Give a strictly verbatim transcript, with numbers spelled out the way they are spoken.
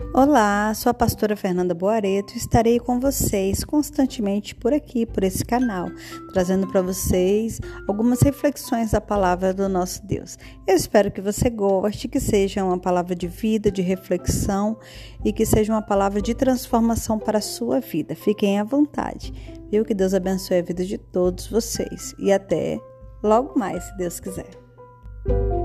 Olá, sou a pastora Fernanda Boareto e estarei com vocês constantemente por aqui, por esse canal, trazendo para vocês algumas reflexões da palavra do nosso Deus. Eu espero que você goste, que seja uma palavra de vida, de reflexão e que seja uma palavra de transformação para a sua vida. Fiquem à vontade, viu? Que Deus abençoe a vida de todos vocês e até logo mais, se Deus quiser.